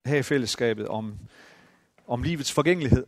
her i fællesskabet om livets forgængelighed.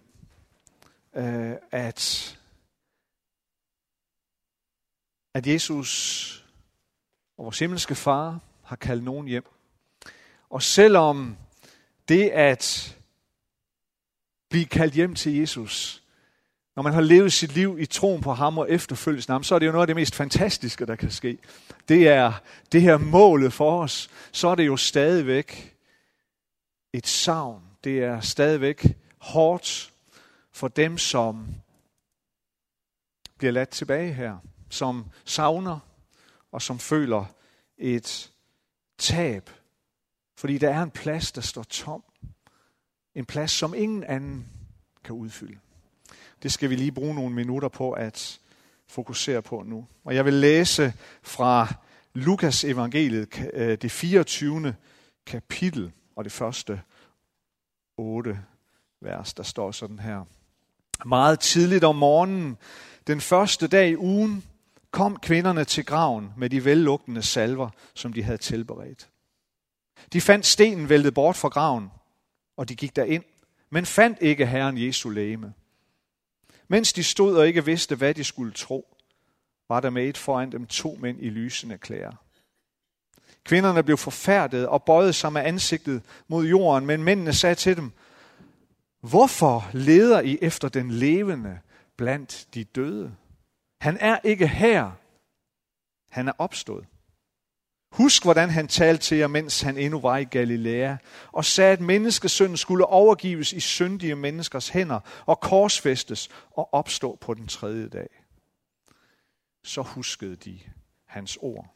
At Jesus og vores himmelske far har kaldt nogen hjem. Og selvom det at blive kaldt hjem til Jesus, når man har levet sit liv i troen på ham og efterfølgelsen af ham, så er det jo noget af det mest fantastiske, der kan ske. Det er det her målet for os. Så er det jo stadigvæk et savn. Det er stadigvæk hårdt for dem, som bliver ladt tilbage her. Som savner og som føler et tab. Fordi der er en plads, der står tom. En plads, som ingen anden kan udfylde. Det skal vi lige bruge nogle minutter på at fokusere på nu. Og jeg vil læse fra Lukas evangeliet, det 24. kapitel, og det første 8 vers, der står sådan her. Meget tidligt om morgenen, den første dag i ugen, kom kvinderne til graven med de vellugtende salver, som de havde tilberedt. De fandt stenen væltet bort fra graven, og de gik derind, men fandt ikke Herren Jesu legeme. Mens de stod og ikke vidste, hvad de skulle tro, var der med et foran dem 2 mænd i lysende klæder. Kvinderne blev forfærdede og bøjede sig med ansigtet mod jorden, men mændene sagde til dem, hvorfor leder I efter den levende blandt de døde? Han er ikke her. Han er opstået. Husk, hvordan han talte til jer, mens han endnu var i Galilea, og sagde, at menneskesønnen skulle overgives i syndige menneskers hænder og korsfæstes og opstå på den 3. dag. Så huskede de hans ord.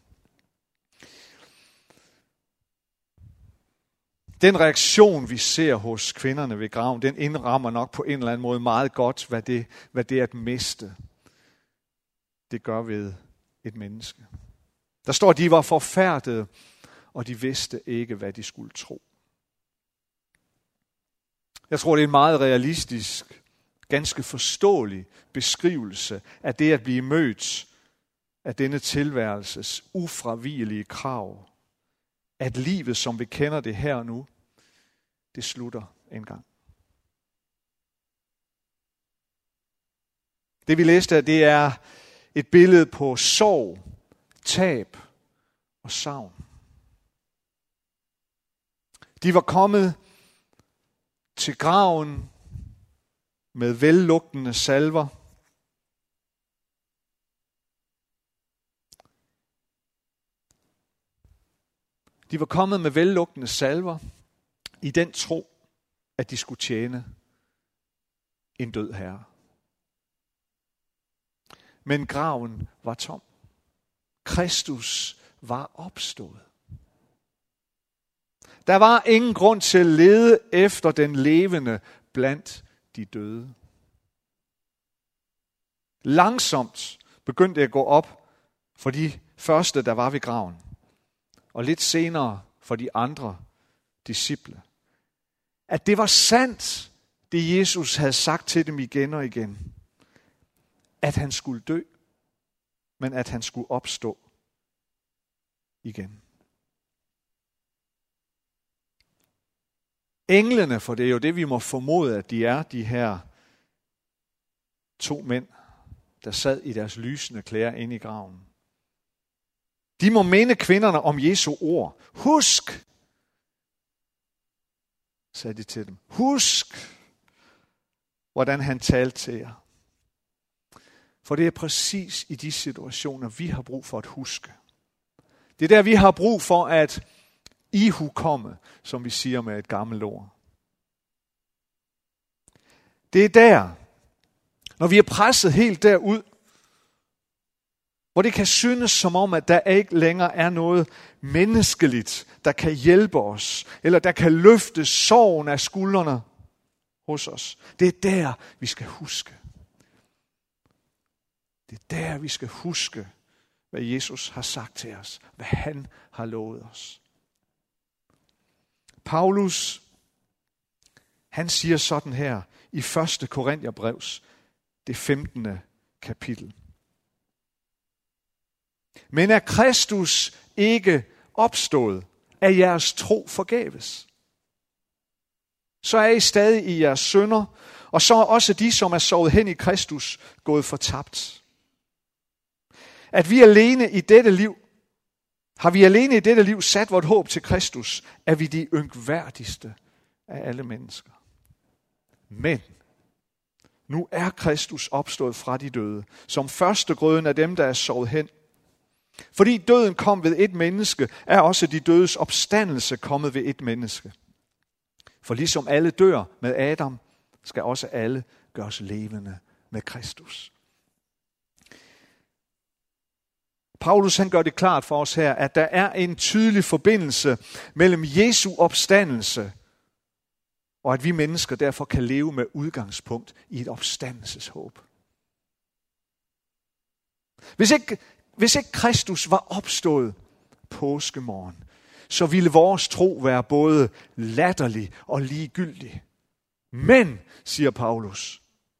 Den reaktion, vi ser hos kvinderne ved graven, den indrammer nok på en eller anden måde meget godt, hvad det at miste, det gør ved et menneske. Der står, at de var forfærdede, og de vidste ikke, hvad de skulle tro. Jeg tror, det er en meget realistisk, ganske forståelig beskrivelse af det at blive mødt af denne tilværelses ufravigelige krav. At livet, som vi kender det her og nu, det slutter engang. Det vi læste af, det er et billede på sorg, tab og savn. De var kommet til graven med vellugtende salver. De var kommet med vellugtende salver i den tro, at de skulle tjene en død herre. Men graven var tom. Kristus var opstået. Der var ingen grund til at lede efter den levende blandt de døde. Langsomt begyndte det at gå op for de første, der var ved graven. Og lidt senere for de andre disciple. At det var sandt, det Jesus havde sagt til dem igen og igen. At han skulle dø, men at han skulle opstå igen. Englene, for det er jo det, vi må formode, at de er, de her 2 mænd, der sad i deres lysende klæder inde i graven. De må minde kvinderne om Jesu ord. Husk, sagde de til dem. Husk, hvordan han talte til jer. For det er præcis i de situationer, vi har brug for at huske. Det er der, vi har brug for at ihukomme, som vi siger med et gammelt ord. Det er der, når vi er presset helt derud, hvor det kan synes som om, at der ikke længere er noget menneskeligt, der kan hjælpe os, eller der kan løfte sorgen af skuldrene hos os. Det er der, vi skal huske. Det er der, vi skal huske, hvad Jesus har sagt til os, hvad han har lovet os. Paulus, han siger sådan her i 1. Korintherbrevs, det 15. kapitel. Men er Kristus ikke opstået, er jeres tro forgæves. så er I stadig i jeres synder, og så er også de, som er sovet hen i Kristus, gået fortabt. At vi alene i dette liv, har vi alene i dette liv sat vort håb til Kristus, er vi de ynkværdigste af alle mennesker. Men nu er Kristus opstået fra de døde, som førstegrøden af dem, der er sovet hen. Fordi døden kom ved et menneske, er også de dødes opstandelse kommet ved et menneske. For ligesom alle dør med Adam, skal også alle gøres levende med Kristus. Paulus han gør det klart for os her, at der er en tydelig forbindelse mellem Jesu opstandelse, og at vi mennesker derfor kan leve med udgangspunkt i et opstandelseshåb. Hvis ikke Kristus var opstået påskemorgen, så ville vores tro være både latterlig og ligegyldig. Men, siger Paulus,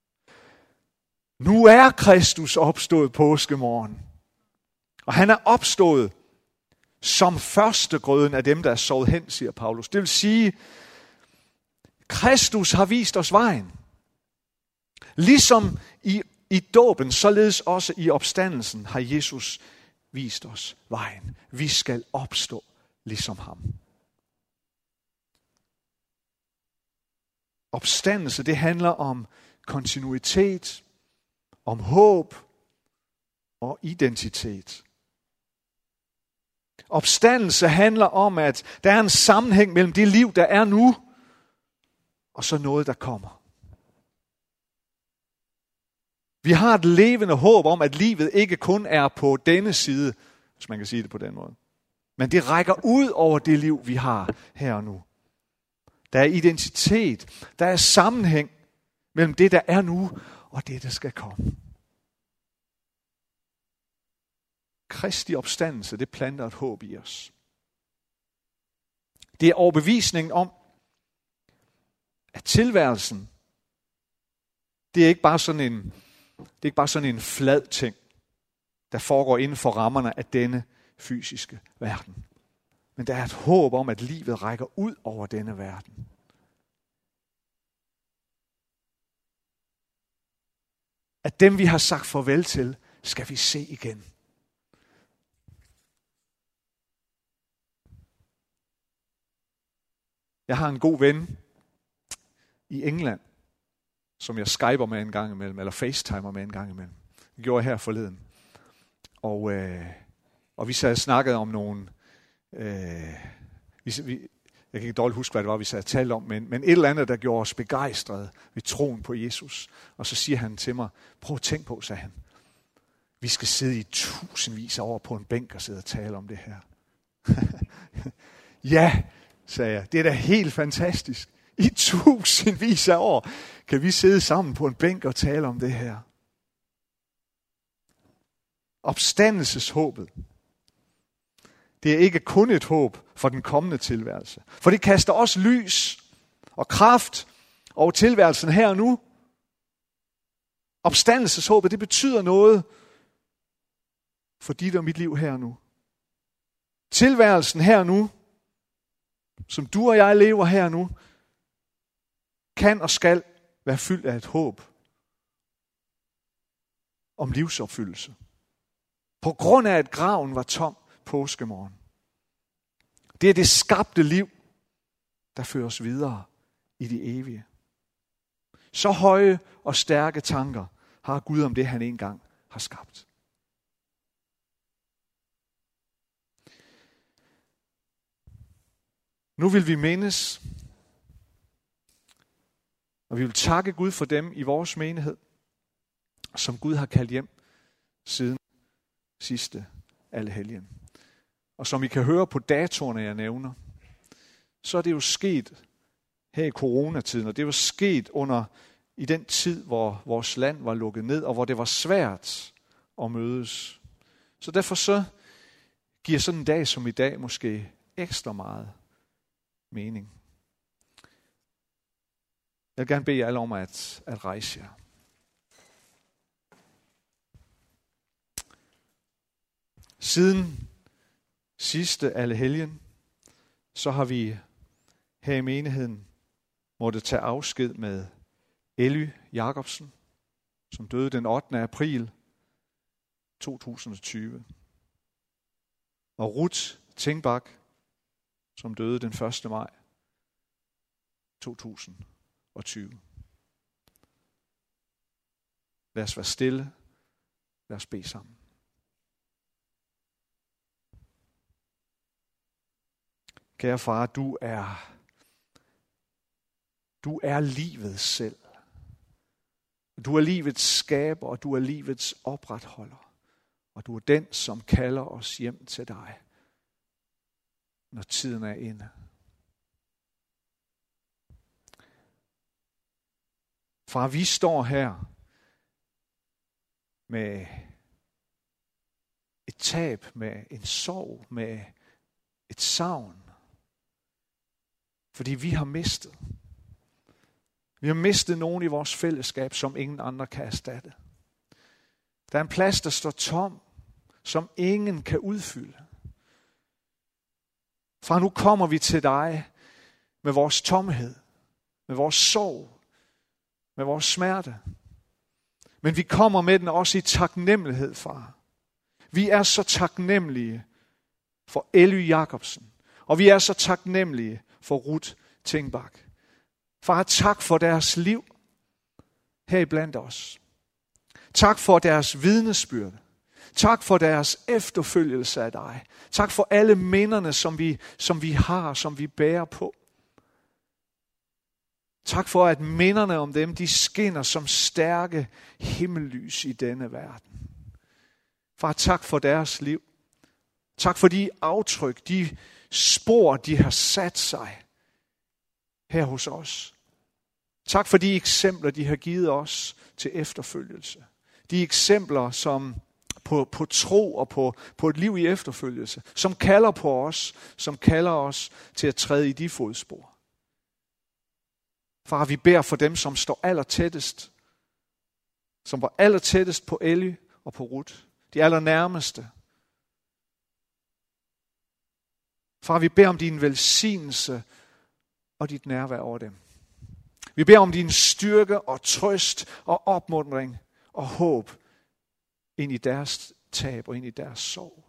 nu er Kristus opstået påskemorgen. Og han er opstået som førstegrøden af dem, der er sovet hen, siger Paulus. Det vil sige, Kristus har vist os vejen. Ligesom i dåben, således også i opstandelsen, har Jesus vist os vejen. Vi skal opstå ligesom ham. Opstandelse, det handler om kontinuitet, om håb og identitet. Opstandelse handler om, at der er en sammenhæng mellem det liv, der er nu, og så noget, der kommer. Vi har et levende håb om, at livet ikke kun er på denne side, hvis man kan sige det på den måde. Men det rækker ud over det liv, vi har her og nu. Der er identitet, der er sammenhæng mellem det, der er nu, og det, der skal komme. Kristi opstandelse, det planter et håb i os. Det er overbevisningen om, at tilværelsen, det er ikke bare sådan en flad ting, der foregår inden for rammerne af denne fysiske verden. Men der er et håb om, at livet rækker ud over denne verden. At dem, vi har sagt farvel til, skal vi se igen. Jeg har en god ven i England, som jeg skyper med en gang imellem, eller facetimer med en gang imellem. Det gjorde jeg her forleden. Og vi sad og snakkede om nogle... jeg kan ikke dårligt huske, hvad det var, vi sad og talte om, men et eller andet, der gjorde os begejstrede ved troen på Jesus. Og så siger han til mig, prøv at tænke på, sagde han. Vi skal sidde i tusindvis af år på en bænk og sidde og tale om det her. Ja, sagde jeg, det er da helt fantastisk. I tusindvis af år kan vi sidde sammen på en bænk og tale om det her. Opstandelseshåbet. Det er ikke kun et håb for den kommende tilværelse. For det kaster også lys og kraft over tilværelsen her og nu. Opstandelseshåbet, det betyder noget for dit og mit liv her og nu. Tilværelsen her og nu, som du og jeg lever her og nu, kan og skal være fyldt af et håb om livsopfyldelse. På grund af, at graven var tom påskemorgen. Det er det skabte liv, der fører os videre i det evige. Så høje og stærke tanker har Gud om det, han engang har skabt. Nu vil vi mindes, og vi vil takke Gud for dem i vores menighed, som Gud har kaldt hjem siden sidste Allehelgen. Og som I kan høre på datorerne, jeg nævner, så er det jo sket her i coronatiden, og det var sket i den tid, hvor vores land var lukket ned, og hvor det var svært at mødes. Så derfor så giver sådan en dag som i dag måske ekstra meget mening. Jeg vil gerne bede jer alle om at rejse jer. Siden sidste Allehelgen, så har vi her i menigheden måtte tage afsked med Elly Jacobsen, som døde den 8. april 2020. Og Ruth Tingbak, som døde den 1. maj 2020. Lad os være stille. Lad os bede sammen. Kære far, du er livet selv. Du er livets skaber, og du er livets opretholder. Og du er den, som kalder os hjem til dig, når tiden er inde. Far, vi står her med et tab, med en sorg, med et savn. Fordi vi har mistet. Vi har mistet nogen i vores fællesskab, som ingen andre kan erstatte. Der er en plads, der står tom, som ingen kan udfylde. Fra nu kommer vi til dig med vores tomhed, med vores sorg, med vores smerte. Men vi kommer med den også i taknemmelighed, far. Vi er så taknemmelige for Elly Jacobsen, og vi er så taknemmelige for Ruth Tingbak. Far, tak for deres liv her iblandt os. Tak for deres vidnesbyrd. Tak for deres efterfølgelse af dig. Tak for alle minderne, som vi har, som vi bærer på. Tak for, at minderne om dem, de skinner som stærke himmellys i denne verden. Far, tak for deres liv. Tak for de aftryk, de spor, de har sat sig her hos os. Tak for de eksempler, de har givet os til efterfølgelse. De eksempler, som på tro og på et liv i efterfølgelse, som kalder på os, som kalder os til at træde i de fodspor. Far, vi beder for dem, som står allertættest, som var allertættest på Elly og på Ruth, de allernærmeste. Far, vi beder om din velsignelse og dit nærvær over dem. Vi beder om din styrke og trøst og opmuntring og håb ind i deres tab og ind i deres sorg.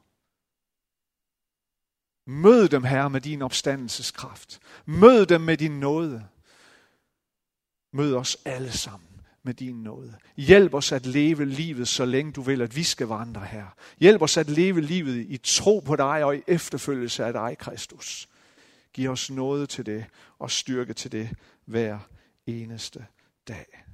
Mød dem, Herre, med din opstandelseskraft. Mød dem med din nåde. Mød os alle sammen med din nåde. Hjælp os at leve livet, så længe du vil, at vi skal vandre her. Hjælp os at leve livet i tro på dig og i efterfølgelse af dig, Kristus. Giv os nåde til det og styrke til det hver eneste dag.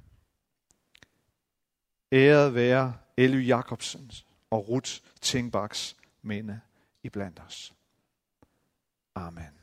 Æret være Elly Jacobsens og Ruth Tingbaks minde iblandt os. Amen.